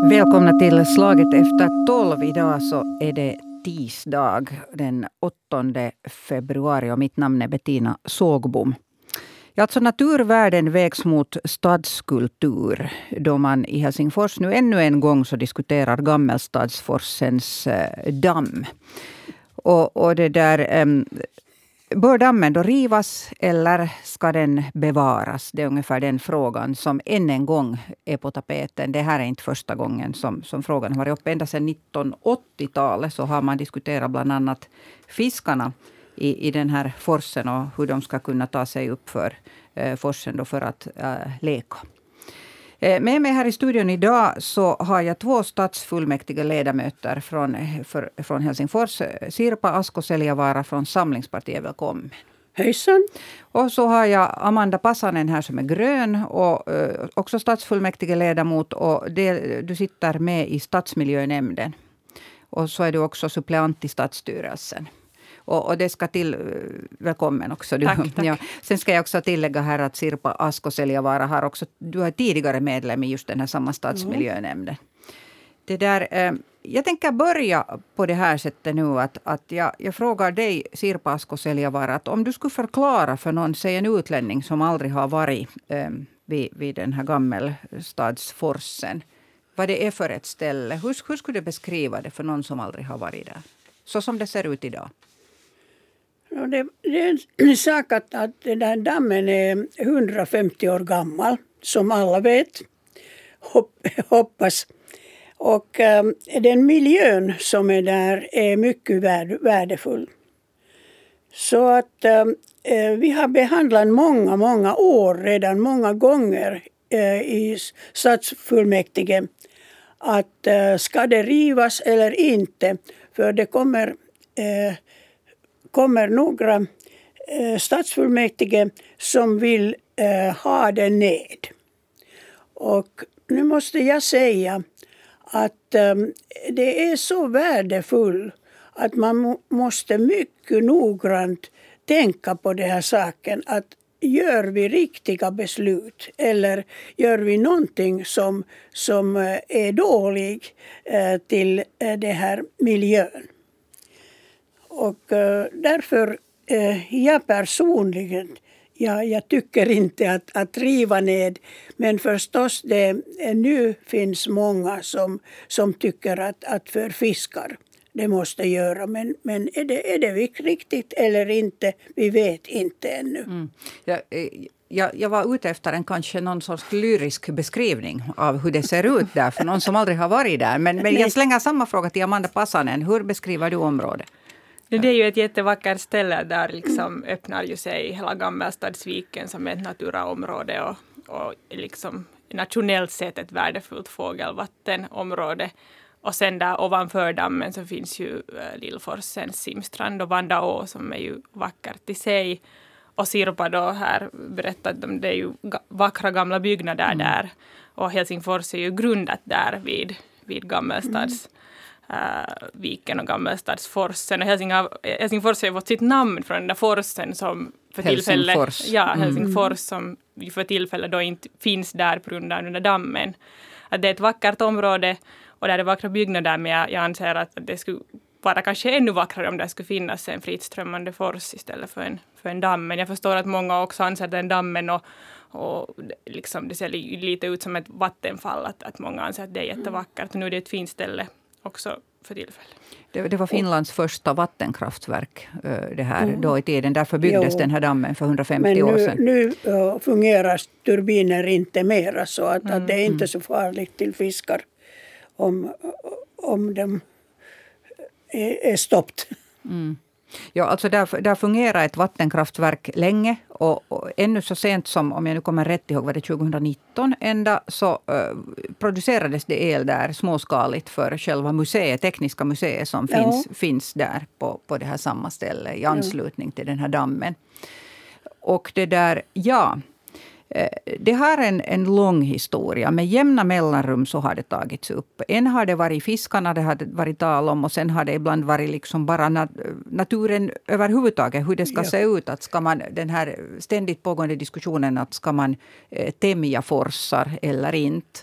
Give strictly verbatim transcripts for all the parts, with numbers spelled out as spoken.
Välkomna till Slaget efter tolv. Idag så är det tisdag den åttonde februari och mitt namn är Bettina Sågbom. Ja, alltså naturvärden vägs mot stadskultur då man i Helsingfors nu ännu en gång så diskuterar Gammelstadsforsens eh, damm. Och, och det där... Eh, Bör dammen då rivas eller ska den bevaras? Det är ungefär den frågan som än en gång är på tapeten. Det här är inte första gången som, som frågan har varit uppe. Ända sedan nittonhundraåttiotalet så har man diskuterat bland annat fiskarna i, i den här forsen och hur de ska kunna ta sig upp för eh, forsen då för att eh, leka. Med mig här i studion idag så har jag två stadsfullmäktige ledamöter från, för, från Helsingfors. Sirpa Asko-Seljavaara från Samlingspartiet, välkommen. Hejsan. Och så har jag Amanda Passanen här som är grön och eh, också stadsfullmäktige ledamot. Och det, du sitter med i stadsmiljönämnden. Och så är du också suppleant i stadsstyrelsen. Och, och det ska till, välkommen också. Du. Tack, tack. Ja. Sen ska jag också tillägga här att Sirpa Asko-Seljavaara har också, du är tidigare medlem i just den här samma stadsmiljönämnden. Mm. Det där, eh, jag tänker börja på det här sättet nu att, att jag, jag frågar dig Sirpa Asko-Seljavaara att om du skulle förklara för någon, säg en utlänning som aldrig har varit eh, vid, vid den här Gammelstadsforsen, vad det är för ett ställe. Hur, hur skulle du beskriva det för någon som aldrig har varit där? Så som det ser ut idag. Det, det är en sak att, att den där dammen är hundrafemtio år gammal, som alla vet, Hopp, hoppas. Och äh, den miljön som är där är mycket värd, värdefull. Så att äh, vi har behandlat många, många år redan, många gånger äh, i stadsfullmäktige att äh, ska det rivas eller inte, för det kommer... Äh, kommer några eh, stadsfullmäktige som vill eh, ha den ned. Och nu måste jag säga att eh, det är så värdefullt att man må, måste mycket noggrant tänka på den här saken. Att gör vi riktiga beslut eller gör vi någonting som, som är dåligt eh, till eh, den här miljön. Och uh, därför, uh, jag personligen, ja, jag tycker inte att, att riva ned. Men förstås, det, uh, nu finns många som, som tycker att, att för fiskar det måste göra. Men, men är, det, är det riktigt eller inte? Vi vet inte ännu. Mm. Ja, jag, jag var ute efter en kanske någon sorts lyrisk beskrivning av hur det ser ut där. För någon som aldrig har varit där. Men, men jag slänger samma fråga till Amanda Passanen. Hur beskriver du området? Det är ju ett jättevackert ställe där liksom öppnar ju sig hela Gammelstadsviken som är ett naturaområde och, och liksom nationellt sett ett värdefullt fågelvattenområde. Och sen där ovanför dammen så finns ju äh, Lillforsens simstrand och Vandaå som är ju vackert i sig. Och Sirpa då här berättade om det är ju vackra gamla byggnader mm. där. Och Helsingfors är ju grundat där vid, vid Gammelstads mm. Uh, viken och Gammelstadsforsen. Och Helsingfors, Helsingfors har ju fått sitt namn från den där forsen som för tillfället, ja, Helsingfors mm. som för tillfället då inte finns där på grund av den där dammen. Att det är ett vackert område och där är vackra byggnader, men jag, jag anser att det skulle vara kanske ännu vackrare om det skulle finnas en friströmmande fors istället för en, för en damm. Men jag förstår att många också anser att den dammen och, och liksom det ser lite ut som ett vattenfall, att, att många anser att det är jättevackert. Och nu är det ett fint ställe också för tillfället. Det, det var Finlands första vattenkraftverk det här mm. då i tiden. Därför byggdes jo. den här dammen för hundrafemtio år sedan. Men nu, nu uh, fungerar turbiner inte mera så att, mm. att det är inte mm. så farligt till fiskar om, om de är, är stoppt. Mm. Ja, alltså där, där fungerar ett vattenkraftverk länge och, och ännu så sent som, om jag nu kommer rätt ihåg, var det tjugonitton ända så uh, producerades det el där småskaligt för själva museet, tekniska museet som ja. finns, finns där på, på det här samma ställe i anslutning ja. till den här dammen. Och det där, ja, det har en, en lång historia. Med jämna mellanrum så har det tagits upp. En har det varit fiskarna, det har varit tal om. Och sen har det ibland varit liksom bara nat- naturen överhuvudtaget. Hur det ska ja. se ut. Att ska man, den här ständigt pågående diskussionen att ska man eh, tämja forsar eller inte.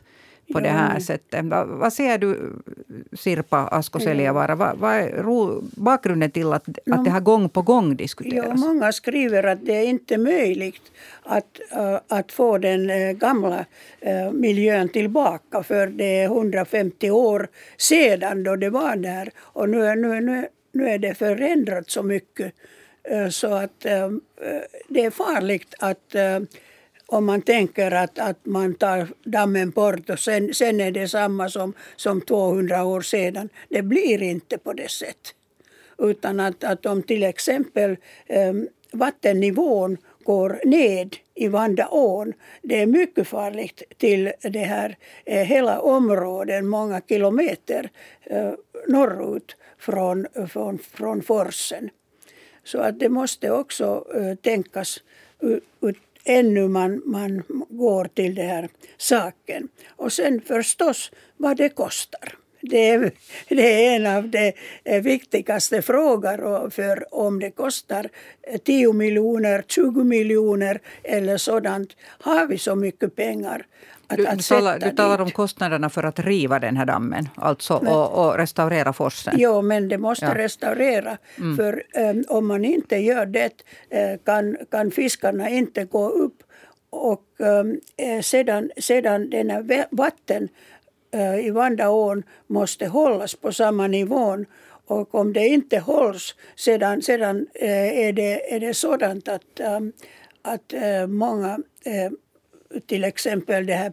på det här sättet. Va, vad säger du, Sirpa Asko-Seljavaara? Vad va är ro, bakgrunden till att, no, att det här gång på gång diskuteras? Ja, många skriver att det är inte möjligt att, uh, att få den uh, gamla uh, miljön tillbaka, för det är hundrafemtio år sedan då det var där. Och nu, nu, nu, nu är det förändrat så mycket uh, så att uh, det är farligt att uh, om man tänker att, att man tar dammen bort och sen, sen är det samma som, som tvåhundra år sedan. Det blir inte på det sättet. Utan att, att om till exempel eh, vattennivån går ned i Vandaån, det är mycket farligt till det här eh, hela områden, många kilometer eh, norrut från, från, från forsen. Så att det måste också eh, tänkas ut, ut ännu man, man går till den här saken. Och sen förstås vad det kostar. Det är, det är en av de viktigaste frågor, för om det kostar tio miljoner, tjugo miljoner eller sådant, har vi så mycket pengar att, du, att du, talar, du talar om kostnaderna för att riva den här dammen, alltså men, och, och restaurera forsen. Jo, men det måste ja. restaurera. Mm. För um, om man inte gör det uh, kan, kan fiskarna inte gå upp. Och um, sedan, sedan den här vatten uh, i Vandaån måste hållas på samma nivån. Och om det inte hålls, sedan, sedan uh, är, det, är det sådant att, um, att uh, många, uh, till exempel det här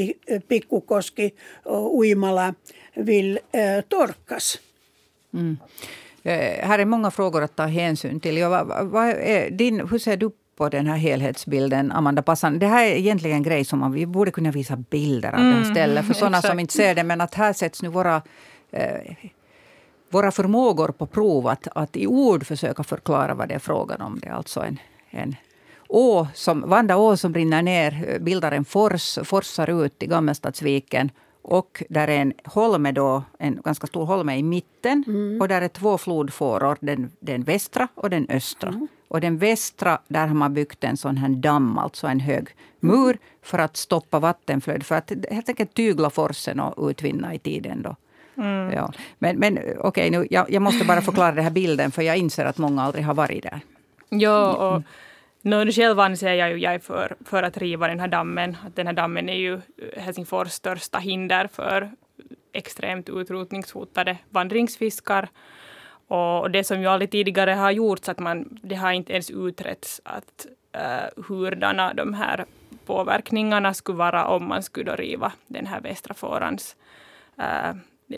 Pikkukoski och Uimala, vill uh, torkas. Mm. Eh, här är många frågor att ta hänsyn till. Ja, vad, vad är din, hur ser du på den här helhetsbilden, Amanda Passan? Det här är egentligen en grej som man, vi borde kunna visa bilder av mm, det här stället för sådana som inte ser det. Men att här sätts nu våra, eh, våra förmågor på prov att, att i ord försöka förklara vad det är frågan om. Det är alltså en, en å som, Vandaå som brinner ner, bildar en fors, forsar ut i Gammelstadsviken. Och där är en holme då, en ganska stor holme i mitten. Mm. Och där är två flodfåror, den, den västra och den östra. Mm. Och den västra, där har man byggt en sån här damm, alltså en hög mur för att stoppa vattenflöd. För att helt enkelt tygla forsen och utvinna i tiden då. Mm. Ja. Men, men okej, okay, nu, jag, jag måste bara förklara den här bilden, för jag inser att många aldrig har varit där. Ja, och nu själv anser jag ju jag för, för att riva den här dammen. Att den här dammen är ju Helsingfors största hinder för extremt utrotningshotade vandringsfiskar. Och det som ju aldrig tidigare har gjorts, att man, det har inte ens utretts att uh, hurdana de här påverkningarna skulle vara om man skulle riva den här västra fårans, uh,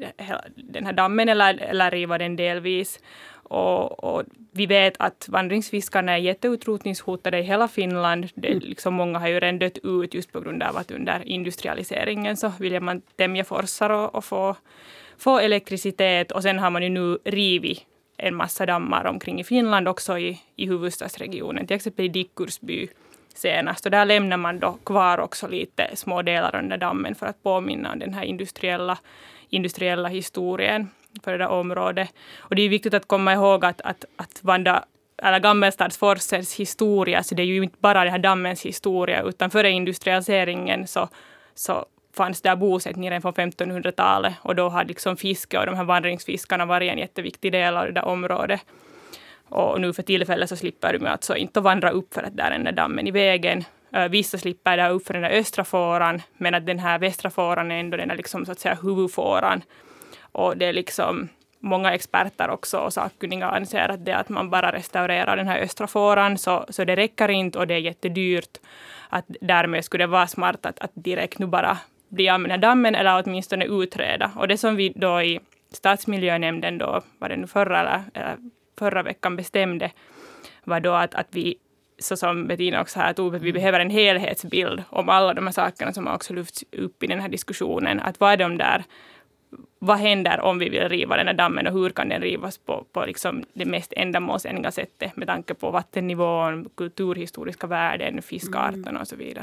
den här dammen eller, eller riva den delvis. Och, och vi vet att vandringsfiskarna är jätteutrotningshotade i hela Finland. Det, liksom, många har ju redan dött ut just på grund av att under industrialiseringen så vill man tämja forsar och, och få, få elektricitet. Och sen har man ju nu rivit en massa dammar omkring i Finland, också i, i huvudstadsregionen. Till exempel i Dickursby senast. Och där lämnar man då kvar också lite små delar av den där dammen för att påminna om den här industriella, industriella historien för det där området. Och det är viktigt att komma ihåg att, att, att Vanda, eller Gammelstadsforsens historia, så det är ju inte bara den här dammens historia, utan före industrialiseringen så, så fanns där bosättningar från femtonhundratalet, och då hade liksom fiske och de här vandringsfiskarna varit en jätteviktig del av det där området. Och nu för tillfället så slipper de alltså inte vandra upp för att där är den där dammen i vägen. Vissa slipper där upp för den där östra fåran, men att den här västra fåran är ändå den där liksom, så att säga, huvudfåran. Och det är liksom många experter också och sakkunniga anser att det att man bara restaurerar den här östra fåran så, så det räcker inte och det är jättedyrt. Att därmed skulle det vara smart att, att direkt nu bara bli av med den här dammen eller åtminstone utreda. Och det som vi då i stadsmiljönämnden då, var det nu förra, eller, eller förra veckan bestämde, var då att, att vi, så som Bettina också här tog, att vi behöver en helhetsbild om alla de här sakerna som har också lyfts upp i den här diskussionen. Att vad är de där, vad händer om vi vill riva den här dammen och hur kan den rivas på, på liksom det mest ändamålsenliga sättet med tanke på vattennivån, kulturhistoriska värden, fiskarterna och så vidare.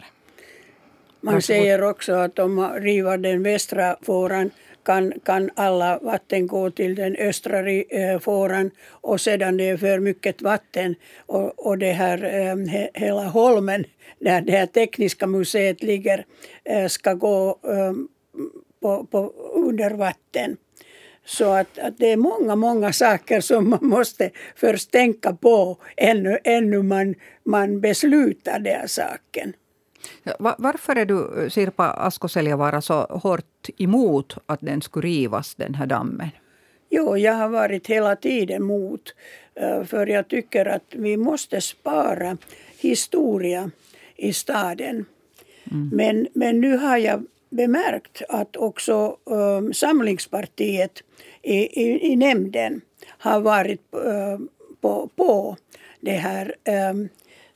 Man säger också att om man river den västra fåran kan, kan alla vatten gå till den östra fåran, och sedan det är för mycket vatten och, och det här he, hela holmen där det här tekniska museet ligger ska gå på, på under vatten. Så att, att det är många, många saker som man måste först tänka på ännu, ännu man, man beslutar den här saken. Varför är du, Sirpa Asko-Seljavaara, så hårt emot att den skulle rivas, den här dammen? Jo, jag har varit hela tiden emot. För jag tycker att vi måste spara historia i staden. Mm. Men, men nu har jag bemärkt att också um, Samlingspartiet i, i, i nämnden har varit uh, på, på det här um,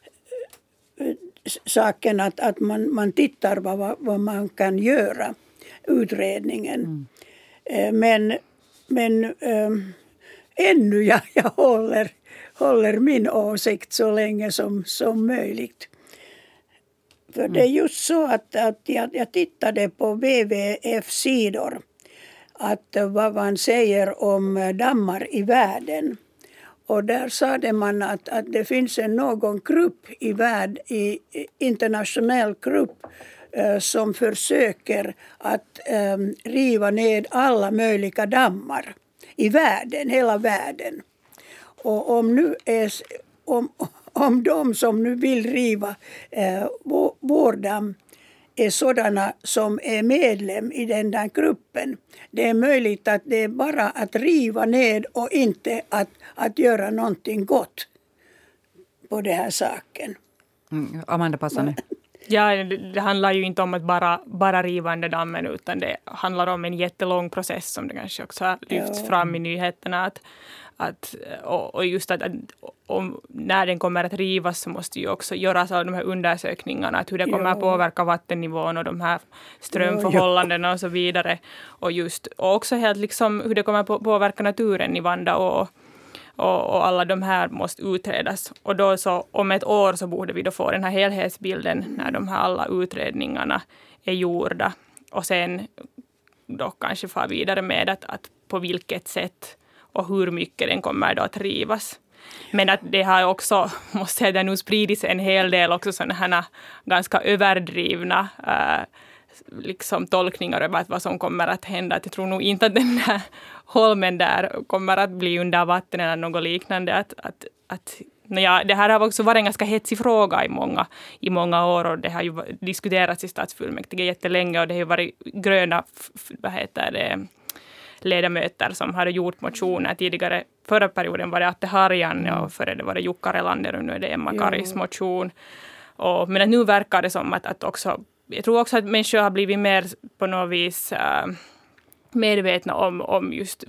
saken att, att man, man tittar vad, vad man kan göra, utredningen. Mm. Uh, men men um, ännu jag, jag håller, håller min åsikt så länge som, som möjligt. För det är just så att, att jag, jag tittade på W W F-sidor att vad man säger om dammar i världen. Och där sade man att, att det finns en någon grupp i värld, i internationell grupp eh, som försöker att eh, riva ner alla möjliga dammar i världen, hela världen. Och om nu är om Om de som nu vill riva eh, vår damm är sådana som är medlem i den där gruppen. Det är möjligt att det är bara att riva ner och inte att, att göra någonting gott på den här saken. Mm, Amanda Passanen. Ja, det handlar ju inte om att bara, bara riva den dammen, utan det handlar om en jättelång process som det kanske också har lyfts ja. fram i nyheterna. Att, att, och, och just att, att om, när den kommer att rivas så måste ju också göras alla de här undersökningarna, att hur det kommer ja. att påverka vattennivån och de här strömförhållandena ja. och så vidare. Och, just, och också helt liksom hur det kommer att påverka naturen i Vanda och Och, och alla de här måste utredas. Och då så om ett år så borde vi då få den här helhetsbilden när de här alla utredningarna är gjorda. Och sen då kanske få vidare med att, att på vilket sätt och hur mycket den kommer då att rivas. Men att det har också, måste jag säga, nu spridits en hel del också sådana här ganska överdrivna äh, liksom tolkningar över vad som kommer att hända. Att jag tror nog inte att den här holmen där kommer att bli under vatten eller något liknande. Att, att, att, ja, det här har också varit en ganska hetsig fråga i många, i många år, och det har ju diskuterats i stadsfullmäktige jättelänge, och det har ju varit gröna vad heter det, ledamöter som hade gjort motioner tidigare. Förra perioden var det Atte Harjanne och före det var det Jukka Relander, och nu är det Emma Karis motion. Och, men att nu verkar det som att, att också jag tror också att människor har blivit mer på något vis äh, medvetna om, om just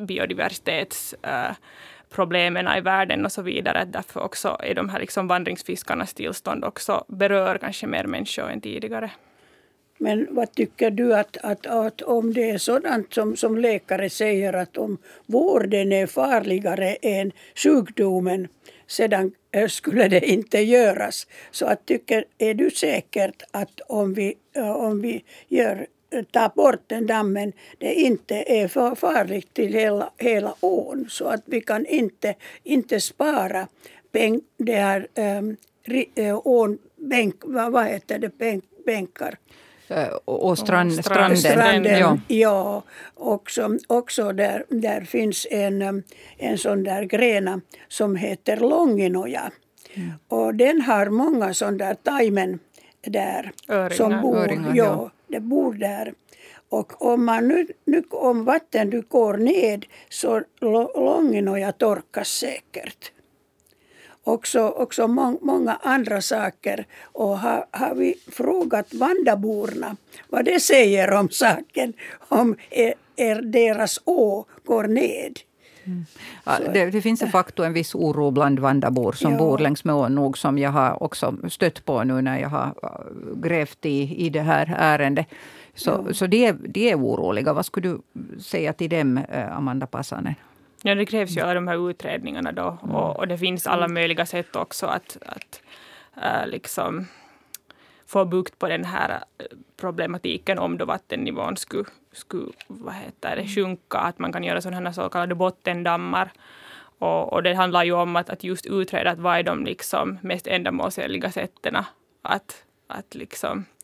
biodiversitetsproblemen äh, i världen och så vidare. Därför också är de här liksom vandringsfiskarnas tillstånd också berör kanske mer människor än tidigare. Men vad tycker du att, att, att om det är sådant som, som läkare säger att om vården är farligare än sjukdomen, sedan skulle det inte göras. Så att tycker, är du säkert att om vi, om vi gör, tar bort den dammen, det inte är för farligt till hela, hela ån, så att vi kan inte, inte spara bänk, det här ähm, ån, bänk, vad, vad heter det, bänk, bänkar? Och strand, och stranden. stranden ja. ja, också, också där, där finns en, en sån där grena som heter Långinoja. Mm. Och den har många sån där tajmen där. Öringar. Som bor, Öringar, ja, ja. det bor där. Och om, man nu, nu, om vatten du går ned så Långinoja torkas säkert. Också, också må, många andra saker. Och har, har vi frågat Vandaborna vad det säger om saken, om er, er deras å går ned. Mm. Ja, det, det finns en faktor, en viss oro bland Vandabor som ja. bor längs med ån, nog, som jag har också stött på nu när jag har grävt i, i det här ärendet. Så, ja. så de, de är oroliga. Vad skulle du säga till dem, Amanda Passanen? Ja, det krävs ju alla de här utredningarna då. Mm. Och, och det finns alla möjliga sätt också att, att äh, liksom få bukt på den här problematiken om då vattennivån skulle, skulle vad heter det, sjunka. Att man kan göra sådana så kallade bottendammar. Och, och det handlar ju om att, att just utreda att vad är de liksom mest ändamålsenliga sätten att, att liksom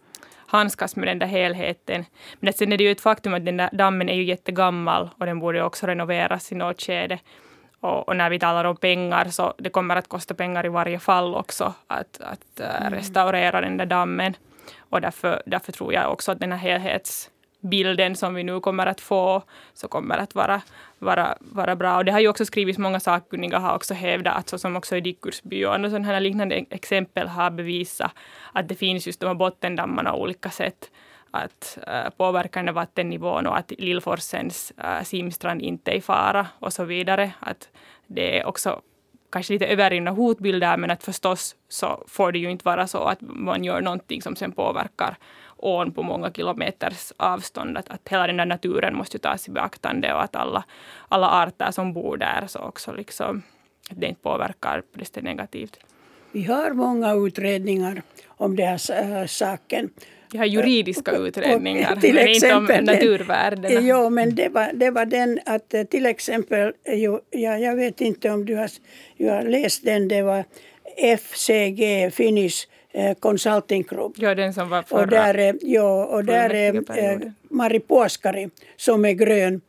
handskas med den där helheten. Men sen är det ju ett faktum att den där dammen är ju jättegammal och den borde också renoveras i något skede. Och, och när vi talar om pengar så det kommer att kosta pengar i varje fall också att, att mm. restaurera den där dammen. Och därför, därför tror jag också att den här helhetsbilden som vi nu kommer att få så kommer att vara, vara, vara bra. Och det har ju också skrivits, många sakkunniga har också hävdat att så som också i Dickursby och andra sådana här liknande exempel har bevisat att det finns just de här bottendammarna och olika sätt att äh, påverka den vattennivån och att Lillforsens äh, simstrand inte är i fara och så vidare. Att det är också kanske lite överdrivna hotbilder, men att förstås så får det ju inte vara så att man gör någonting som sen påverkar ån på många kilometers avstånd. Att, att hela den där naturen måste tas i beaktande och att alla, alla arter som bor där så också liksom, att det inte påverkar på det negativt. Vi har många utredningar om den här äh, saken. Vi har juridiska utredningar, och, och men inte om naturvärdena. Jo, men det var, det var den att till exempel, jo, ja, jag vet inte om du har, du har läst den, det var F C G, Finnish eh, Consulting Group. Ja, den som var förra. Och där, ja, och där är eh, Mari Puoskari som är grön.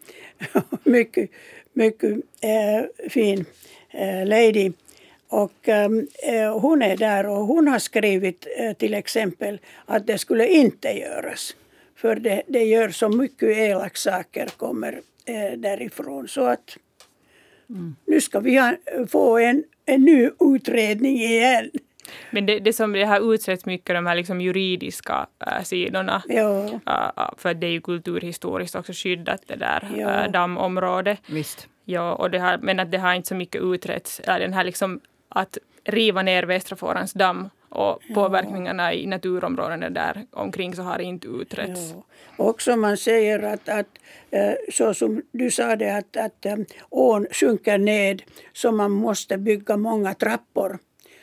mycket mycket eh, fin eh, lady. Och eh, hon är där och hon har skrivit eh, till exempel att det skulle inte göras. För det, det gör så mycket elak saker kommer eh, därifrån. Så att mm. nu ska vi ha, få en, en ny utredning igen. Men det, det som det har utretts mycket, de här liksom juridiska äh, sidorna. Ja. Äh, för det är ju kulturhistoriskt också skyddat det där ja. äh, dammområdet. Visst. Ja, och det har, men att det har inte så mycket utretts. Äh, den här liksom att riva ner Västra Fårans damm och ja. påverkningarna i naturområdena där omkring så har inte utretts. Ja. Också man säger att, att så som du sa det att, att ån sjunker ned så man måste bygga många trappor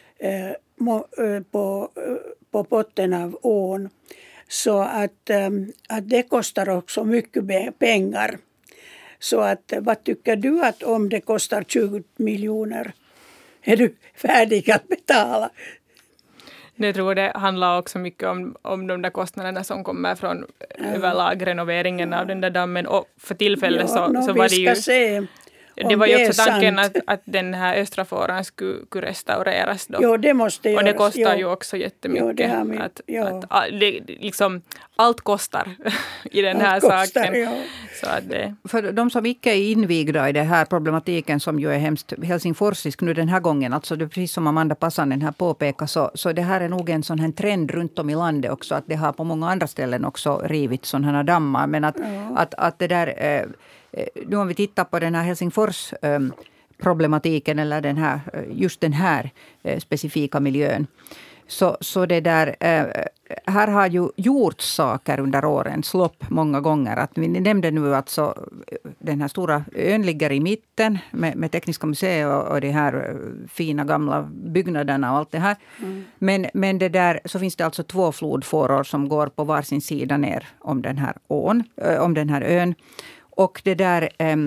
på, på botten av ån. Så att, att det kostar också mycket pengar. Så att vad tycker du att om det kostar tjugo miljoner? Är du färdig att betala? Jag tror det handlar också mycket om, om de där kostnaderna som kommer från ja. överlag renoveringen ja. av den där dammen. Och för tillfället ja, så, så var det ju... Se det var ju också tanken att, att den här östra fåran skulle, skulle restaureras då. Jo, det måste göras. Och det kostar jo. ju också jättemycket. Jo, det har vi, att, jo. att, det, liksom, allt kostar i den allt här kostar, saken. Ja. Så att det... För de som icke är invigda i den här problematiken som ju är hemskt helsingforsisk nu den här gången, alltså det, precis som Amanda Passanen här påpekar, så, så det här är nog en sån här trend runt om i landet också, att det har på många andra ställen också rivit sådana här dammar. Men att, ja. att, att det där... Eh, nu om vi tittar på den här Helsingfors eh, problematiken eller den här, just den här eh, specifika miljön. Så, så det där, eh, här har ju gjorts saker under årens lopp många gånger. Att vi nämnde nu att så, den här stora ön ligger i mitten med, med Tekniska museet och, och de här fina gamla byggnaderna och allt det här. Mm. Men, men det där, så finns det alltså två flodfåror som går på varsin sida ner om den här ån, äh, om den här ön. Och det där, eh,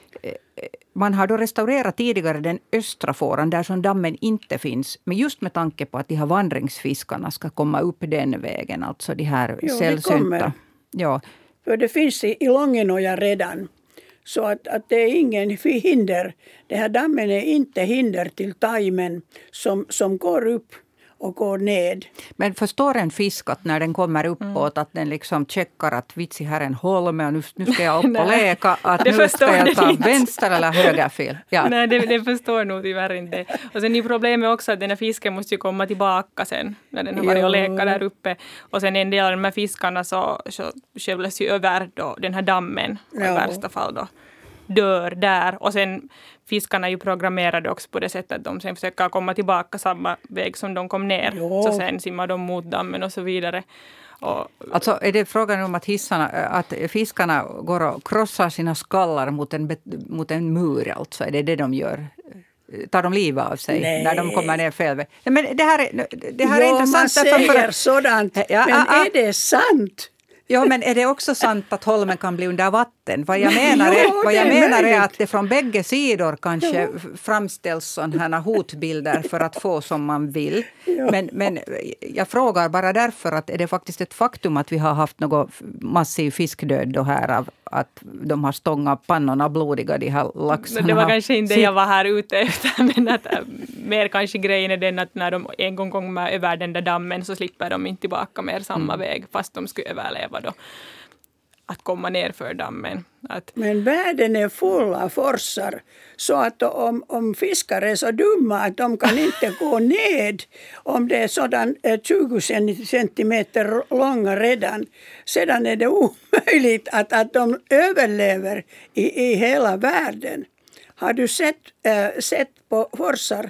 man har då restaurerat tidigare den östra fåran där som dammen inte finns. Men just med tanke på att de här vandringsfiskarna ska komma upp den vägen. Alltså de här jo, sällsynta. Ja. För det finns i, i Långenoja redan. Så att, att det är ingen hinder. Den här dammen är inte hinder till tajmen som, som går upp och går ned. Men förstår en fisk att när den kommer uppåt mm. att den liksom checkar att vitsi här är en holme och nu, nu ska jag upp och leka att nu ska jag ta vänster eller högerfil. Ja. Nej, det, det förstår nog tyvärr inte. Och sen är problemet också att den här fisken måste ju komma tillbaka sen när den har varit och leka där uppe. Och sen en del av de här fiskarna så, så skövlas ju över då, den här dammen ja. i värsta fall då. Dör där och sen fiskarna är ju programmerade också på det sättet att de sen försöker komma tillbaka samma väg som de kom ner. Jo. Så sen simmar de mot dammen och så vidare. Och, alltså är det frågan om att, hissarna, att fiskarna går och krossar sina skallar mot en, mot en mur alltså? Är det det de gör? Tar de livet av sig Nej. när de kommer ner fel väg? Men det här är, det här jo, är intressant. Man säger för, sådant. Ja, men ah, är det sant? Ja, men är det också sant att holmen kan bli under vatten? Vad jag menar är, Jo, vad jag det är menar är möjligt. att det från bägge sidor kanske framställs sådana här hotbilder för att få som man vill. Men, men jag frågar bara därför att är det faktiskt ett faktum att vi har haft något massiv fiskdöd då här av att de har stångat pannorna blodiga, de här laxarna. Det var kanske inte det jag var här ute efter, men att, äh, mer kanske grejen är den att när de en gång kommer över den där dammen så slipper de inte tillbaka mer samma mm. väg, fast de skulle överleva då. Att komma ner för dammen. Att Men världen är full av forsar så att om, om fiskare är så dumma att de kan inte gå ned om det är sådan eh, tjugo centimeter långa redan, sedan är det omöjligt att, att de överlever i, i hela världen. Har du sett, äh, sett på forsar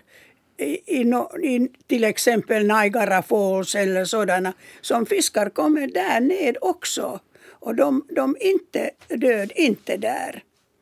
i, i, no, i till exempel Niagara Falls eller sådana som fiskar kommer där ned också? Och de, de inte död, inte där.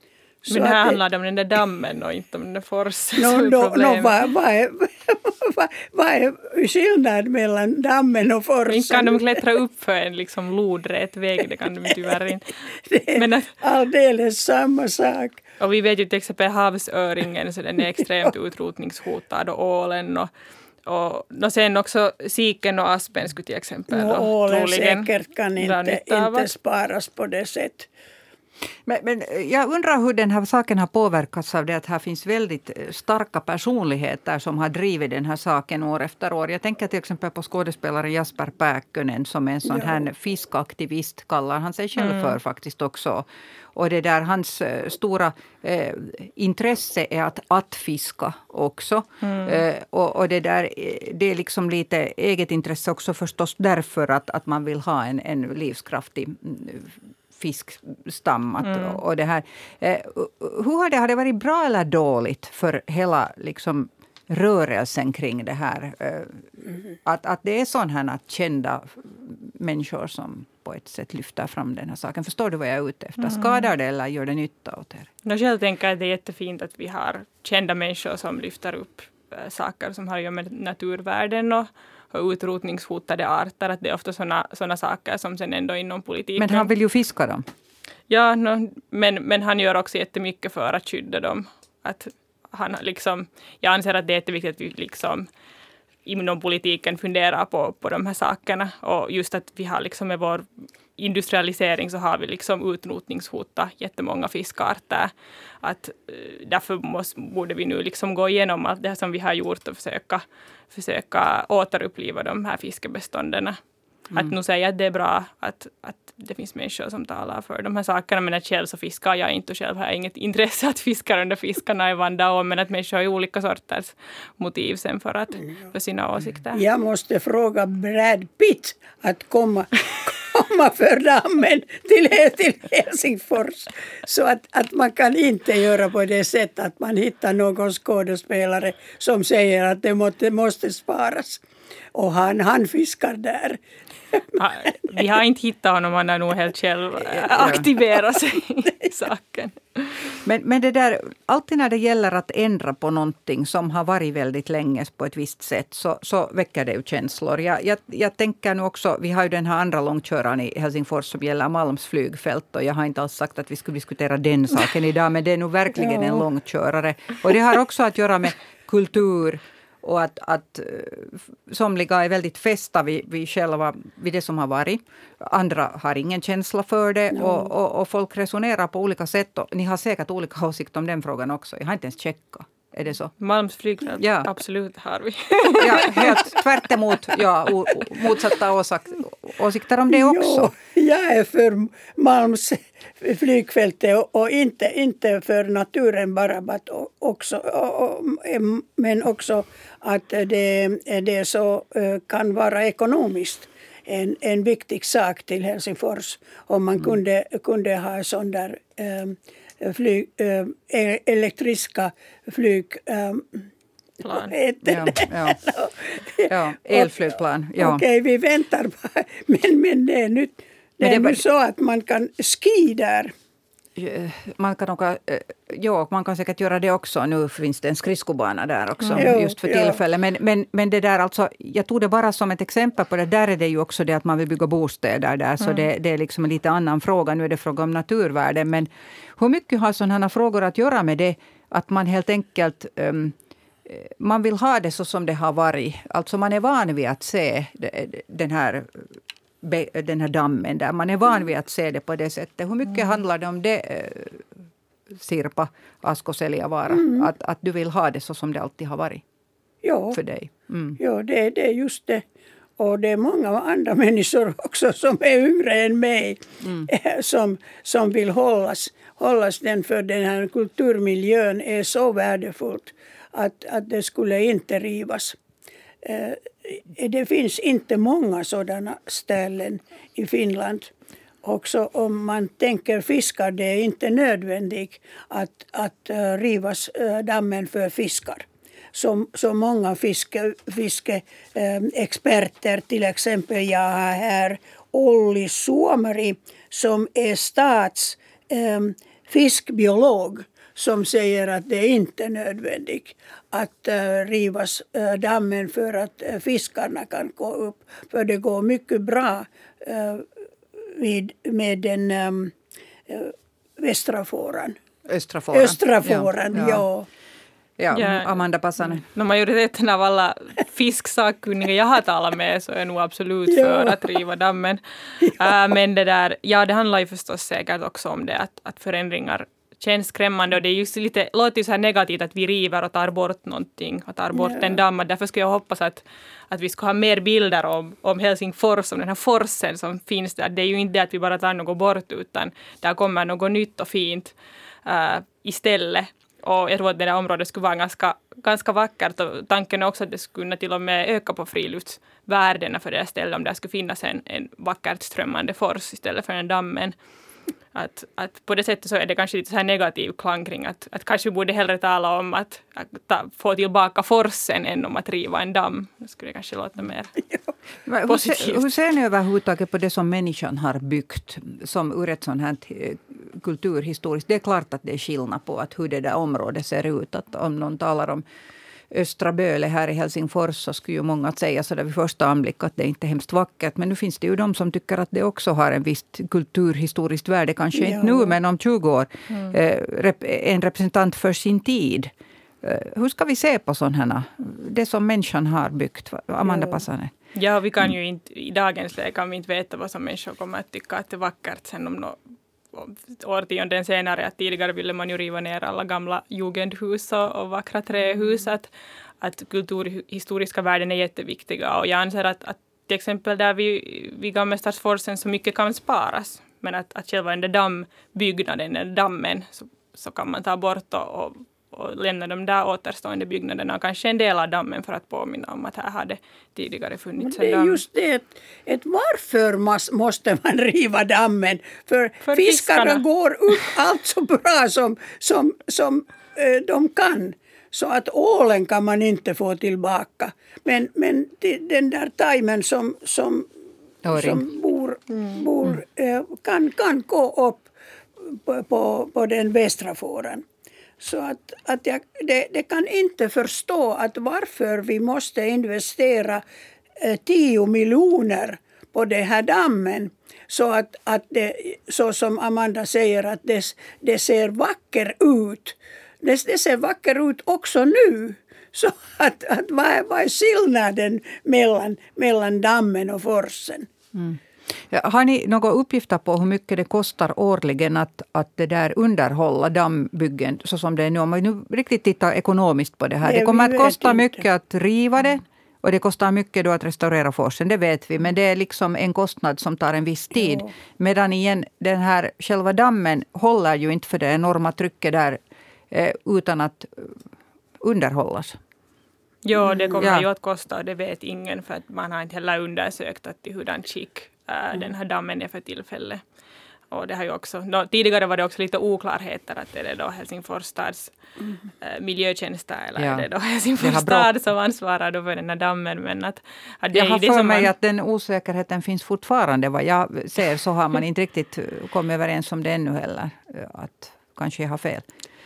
Så men här det, handlar det om den där dammen och inte om den där forsen. no, som är no, problemet. no, vad, vad, är, vad, vad är skillnad mellan dammen och forsen? Inte kan de klättra upp för en liksom lodrät väg, det kan de tyvärr inte. Det är Men att, alldeles samma sak. och vi vet ju till exempel havsöringen, så den är extremt utrotningshotad, och ålen och Och, och sen också siken och aspen skulle till exempel No, då, ålen troligen säkert kan dra inte, nytta av inte att- sparas på det sättet. Men, men jag undrar hur den här saken har påverkats av det att här finns väldigt starka personligheter som har drivit den här saken år efter år. Jag tänker till exempel på skådespelaren Jasper Pääkkönen som är en sån här fiskaktivist, kallar han sig själv för faktiskt också. Och det där hans eh, stora eh, intresse är att, att fiska också. Mm. Eh, och, och det där eh, det är liksom lite eget intresse också förstås därför att, att man vill ha en, en livskraftig mm, fiskstam. Mm. Och det här, eh, hur har det, har det varit bra eller dåligt för hela liksom, rörelsen kring det här? Eh, mm. att, att det är sådana här kända människor som på ett sätt lyfter fram den här saken. Förstår du vad jag är ute efter? Skadar det eller gör det nytta åt er? Jag själv tänker att det är jättefint att vi har kända människor som lyfter upp äh, saker som har att göra med naturvärden och, och utrotningshotade arter. Att det är ofta sådana såna saker som sen ändå inom politiken. Men han vill ju fiska dem. Ja, no, men, men han gör också jättemycket för att skydda dem. Att han liksom, jag anser att det är jätteviktigt att vi liksom inom politiken funderar på, på de här sakerna. Och just att vi har liksom med vår industrialisering så har vi liksom utrotningshotat jättemånga fiskarter. Att, därför måste, borde vi nu liksom gå igenom allt det här som vi har gjort och försöka, försöka återuppliva de här fiskebestånden. Mm. Att nu säga att det är bra att, att det finns människor som talar för de här sakerna, men att själv så fiskar jag inte och själv har jag inget intresse att fiska under fiskarna i vanda om, men att människor har olika sorters motiv sen för, att, för sina åsikter. Jag måste fråga Brad Pitt att komma, komma för dammen till, till Helsingfors. Så att, att man kan inte göra på det sättet att man hittar någon skådespelare som säger att det måste, måste sparas. Och han, han fiskar där. Ja, vi har inte hittat honom, han har nog helt själv aktiverat sig i saken. Men, men det där, alltid när det gäller att ändra på någonting som har varit väldigt länge på ett visst sätt så, så väcker det ju känslor. Jag, jag, jag tänker nu också, vi har ju den här andra långköraren i Helsingfors som gäller Malms flygfält och jag har inte alls sagt att vi skulle diskutera den saken idag, men det är nog verkligen en långkörare. Och det har också att göra med kultur. Och att, att somliga är väldigt fästa vid, vid, själva, vid det som har varit. Andra har ingen känsla för det. No. Och, och, och folk resonerar på olika sätt. Och ni har säkert olika åsikter om den frågan också. Jag har inte ens checkat. Är det så? Malms flygfält, ja. Absolut har vi. Ja, helt tvärt emot ja, o, motsatta åsak, åsikter om det också. Jo, jag är för Malms flygfältet och, och inte, inte för naturen bara, också, och, och, men också att det, det så kan vara ekonomiskt en, en viktig sak till Helsingfors. Om man mm. kunde, kunde ha sån där flyg, elektriska flyg Plan. Ja, ja. ja, elflygplan. Ja. Okej, vi väntar bara. Men, men det är nu, det är det nu så att man kan ski där. man kan åka, ja, man kan säkert göra det också. Nu finns det en skridskobana där också, Mm. just för Jo, ja. tillfället. Men, men, men det där alltså, jag tog det bara som ett exempel på det. Där är det ju också det att man vill bygga bostäder där. Så mm. det, det är liksom en lite annan fråga. Nu är det fråga om naturvärden. Men hur mycket har sådana frågor att göra med det? Att man helt enkelt... Um, man vill ha det så som det har varit. Alltså man är van vid att se den här... den här dammen där. Man är van vid att se det på det sättet. Hur mycket mm. handlar det om det, Sirpa Asko-Seljavaara? Mm. Att, att du vill ha det så som det alltid har varit ja. för dig? Mm. Ja, det, det är just det. Och det är många andra människor också som är yngre än mig mm. som, som vill hållas, hållas den, för den här kulturmiljön är så värdefullt att, att det skulle inte rivas. Det finns inte många sådana ställen i Finland. Också om man tänker fiskar, det är inte nödvändigt att, att rivas dammen för fiskar. Så, så många fiske, fiskeexperter, till exempel jag har här Olli Suomari som är stats eh, fiskbiolog, som säger att det är inte nödvändigt att uh, rivas uh, dammen för att uh, fiskarna kan gå upp. För det går mycket bra uh, vid, med den um, uh, västra fåran. Östra fåran. Östra fåran, ja. ja. Ja, ja, Amanda Passanen. No, majoriteten av alla fisksakkunniga jag har talat med så är nog absolut för att riva dammen. Ja. Uh, men det där, ja, det handlar ju förstås säkert också om det att, att förändringar känns skrämmande, och det är just lite, låter ju så här negativt att vi river och tar bort någonting och tar bort ja. en damm. Därför skulle jag hoppas att, att vi ska ha mer bilder om, om Helsingfors, om den här forsen som finns där. Det är ju inte det att vi bara tar något bort, utan där kommer något nytt och fint uh, istället. Och jag tror att det där området skulle vara ganska, ganska vackert, och tanken är också att det skulle till och med öka på friluftsvärdena för det här stället om det skulle finnas en, en vackert strömmande fors istället för en dammen. Att, att på det sättet så är det kanske lite så här negativ klang kring att, att kanske vi borde hellre tala om att, att ta, få tillbaka forsen än om att riva en damm. Det skulle kanske låta mer ja. positivt. Hur, hur ser ni överhuvudtaget på det som människan har byggt som ur ett sånt här kulturhistoriskt? Det är klart att det är skillnad på att hur det där området ser ut. Att om någon talar om Östra Böle här i Helsingfors så skulle ju många säga så där vid första anblick att det inte är hemskt vackert. Men nu finns det ju de som tycker att det också har en visst kulturhistoriskt värde. Kanske ja. inte nu, men om tjugo år. Mm. Eh, en representant för sin tid. Eh, hur ska vi se på sådana? Det som människan har byggt. Amanda ja. Passanen. Ja, vi kan ju inte, i dagens läge kan vi inte veta vad som människor kommer att tycka att det är vackert sen om något årtionden senare. Att tidigare ville man ju riva ner alla gamla jugendhus och, och vackra trähus. Att, att kulturhistoriska värden är jätteviktiga. Och jag anser att, att till exempel där vid, vid Gamla Stadsforsen så mycket kan sparas. Men att, att själva den där dammbyggnaden, den dammen, så, så kan man ta bort och, och, och lämna de där återstående byggnaderna. Kanske en del av dammen för att påminna om att här hade tidigare funnits en damm. Men det är just det, ett, ett varför mas, måste man riva dammen? För, för fiskarna, fiskarna går upp allt så bra som, som, som äh, de kan. Så att ålen kan man inte få tillbaka. Men, men den där tajmen som, som, som bor, mm. bor äh, kan, kan gå upp på, på, på den västra fåran. Så att, att jag det, det kan inte förstå att varför vi måste investera eh, tio miljoner på den här dammen. Så att, att det, så som Amanda säger, att det, det ser vacker ut. Det, det ser vacker ut också nu. Så att, att vad, är, vad är skillnaden mellan, mellan dammen och forsen? Mm. Har ni några uppgifter på hur mycket det kostar årligen att, att det där underhålla dammbyggen så som det är nu? Om man nu riktigt tittar ekonomiskt på det här. Det, det kommer att kosta mycket att riva det och det kostar mycket då att restaurera forsen, det vet vi. Men det är liksom en kostnad som tar en viss tid. Jo. Medan igen, den här själva dammen håller ju inte för det enorma trycket där eh, utan att underhållas. Ja, det kommer ja. ju att kosta och det vet ingen för att man har inte heller undersökt att i hurdant skick äh, mm. den här dammen är för tillfället. Och det har ju också, no, tidigare var det också lite oklarheter att är det då Helsingfors stads mm. äh, miljötjänster eller ja. är det då Helsingfors stad som ansvarar då för den här dammen. Men att, att det jag har det för som mig man... att den osäkerheten finns fortfarande. Vad jag ser så har man inte riktigt kommit överens om det ännu heller. Att kanske jag har fel.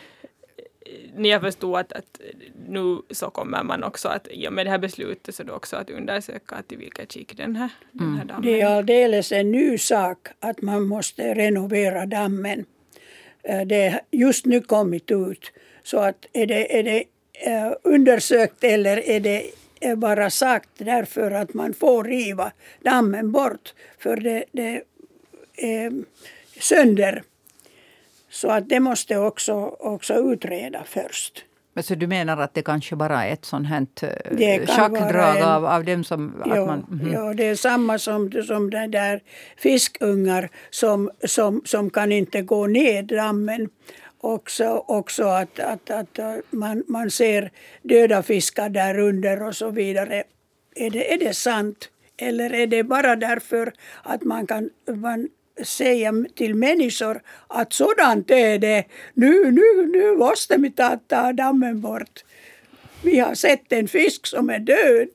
Ni har förstått att, att nu så kommer man också att ja, med det här beslutet så då också att undersöka att i vilka skick den här, mm. den här dammen. Det är alldeles en ny sak att man måste renovera dammen. Det är just nu kommit ut. Så att är det, är det undersökt eller är det bara sagt därför att man får riva dammen bort. För det, det är sönder. Så att det måste också, också utreda först. Men så du menar att det kanske bara är ett sånt här schackdrag en, av, av dem som... Jo, att man, mm. jo, det är samma som, som den där fiskungar som, som, som kan inte gå ner dammen. Också, också att, att, att man, man ser döda fiskar där under och så vidare. Är det, är det sant? Eller är det bara därför att man kan... Man, säga till människor att sådant är det. Nu, nu, nu måste vi ta, ta dammen bort. Vi har sett en fisk som är död.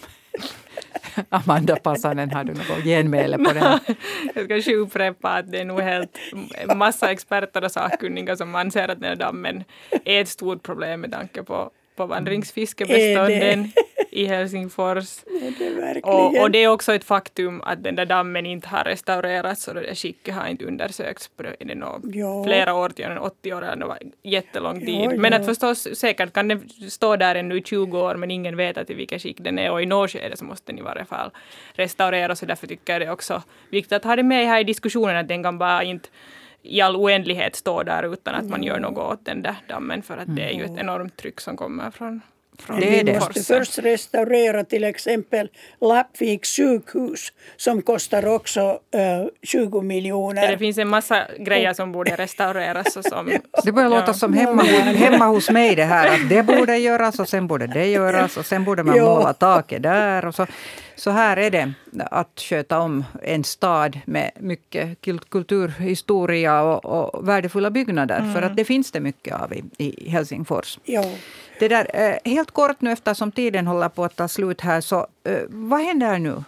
Amanda Passanen, har du något genmäle på det här? Jag ska ju upprepa att det är nog helt massa experter och sakkunniga som anser att den här dammen är ett stort problem med tanke på på vandringsfiskebestånden i Helsingfors. Det och, och det är också ett faktum att den där dammen inte har restaurerats och det skicket har inte undersökts på det no, flera årtionden, åttio år, det var jättelång tid. Jo, men att förstås säkert kan den stå där ännu i tjugo år men ingen vet att i vilka skick den är och i något skede så måste den i varje fall restaureras och därför tycker jag det är också viktigt att ha det med här i diskussionen att den kan bara inte i all oändlighet stå där utan att man gör något åt den där dammen för att det är ju ett enormt tryck som kommer från, från det är det. Vi måste först restaurera till exempel Lappviks sjukhus som kostar också uh, tjugo miljoner. Det finns en massa grejer som borde restaureras. Och som, det börjar låta ja. som hemma, hemma hos mig det här att det borde göras och sen borde det göras och sen borde man jo. måla taket där och så. Så här är det att sköta om en stad med mycket kulturhistoria och, och värdefulla byggnader. Mm. För att det finns det mycket av i, i Helsingfors. Ja. Det där, eh, helt kort nu eftersom tiden håller på att ta slut här. Så, eh, vad händer nu?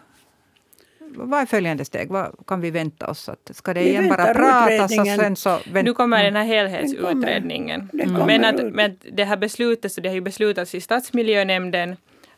Vad är följande steg? Vad kan vi vänta oss? Att, ska det vi igen bara pratas och sen så... Vänt- nu kommer den här helhetsutredningen. Den kommer. Mm. Men, att, men det här beslutet, så det har ju beslutats i stadsmiljönämnden.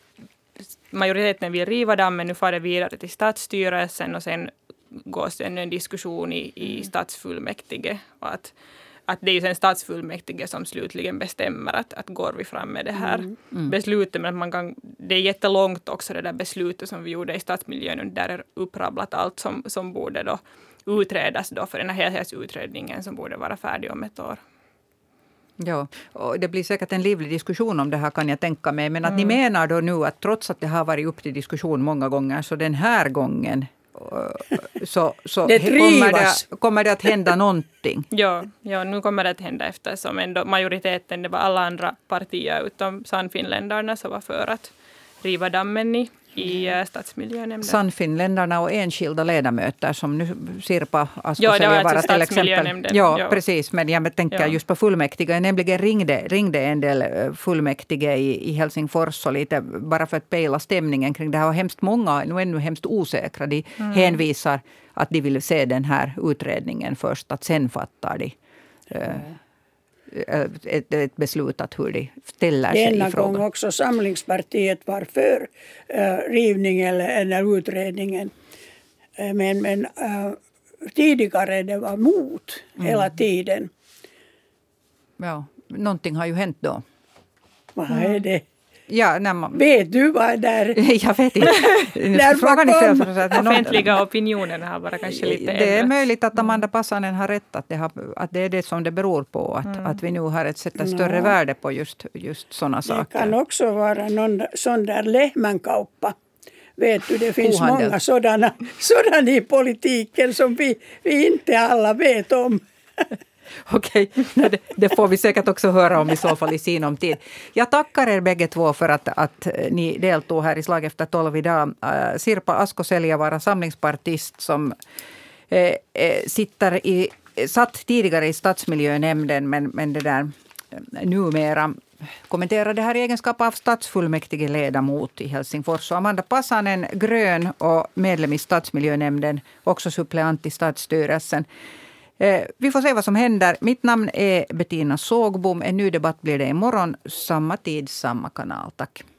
Majoriteten vill riva dammen, nu får det vidare till stadsstyrelsen och sen går sen en diskussion i, i stadsfullmäktige. Och att, att det är ju sen stadsfullmäktige som slutligen bestämmer att, att går vi fram med det här mm. Mm. beslutet. Men man kan, det är jättelångt också det där beslutet som vi gjorde i stadsmiljön. Där är upprabblat allt som, som borde då utredas då för den här helhetsutredningen som borde vara färdig om ett år. Ja, och det blir säkert en livlig diskussion om det här kan jag tänka mig. Men att mm. ni menar då nu att trots att det har varit upp till diskussion många gånger så den här gången så, så det kommer, det, kommer det att hända någonting. Ja, ja, nu kommer det att hända eftersom ändå majoriteten, det var alla andra partier utom Sannfinländarna som var för att riva dammen i. i uh, stadsmiljönämnden. Sannfinländarna och enskilda ledamöter som nu Sirpa Asko Seljavaara till exempel. Ja, ja, precis. Men jag tänker ja. just på fullmäktige. Jag nämligen ringde, ringde en del fullmäktige i, i Helsingfors och lite bara för att pejla stämningen kring det här. Och hemskt många, nu ännu hemskt osäkra, de mm. hänvisar att de vill se den här utredningen först. Att sen fattar de uh, Ett, ett beslut att hur de ställer sig Denna i frågan. gång också Samlingspartiet var för uh, rivning eller, eller utredningen. Uh, men men uh, tidigare det var mot mm. hela tiden. Ja, någonting har ju hänt då. Vad mm. är det? Ja, när man... Vet du vad där... Jag vet inte. Frågan är för att den offentliga opinionen har bara kanske lite Det är möjligt att Amanda Passanen har rätt att det, har, att det är det som det beror på. Att, mm. att vi nu har ett sätta större no. värde på just, just sådana saker. Det kan också vara någon sån där lehmänkauppa. Vet du, det finns Ohandel. många sådana, sådana i politiken som vi, vi inte alla vet om. Okej, det, det får vi säkert också höra om i så fall i sinom tid. Jag tackar er bägge två för att, att ni deltog här i Slag efter tolv idag. Sirpa Asko Seljavaara, samlingspartist som eh, sitter i, satt tidigare i stadsmiljönämnden men, men det där numera kommenterar det här i egenskap av stadsfullmäktige ledamot i Helsingfors. Och Amanda Passanen, grön och medlem i stadsmiljönämnden, också suppleant i stadsstyrelsen. Eh, vi får se vad som händer. Mitt namn är Bettina Sågbom. En ny debatt blir det imorgon, samma tid, samma kanal. Tack.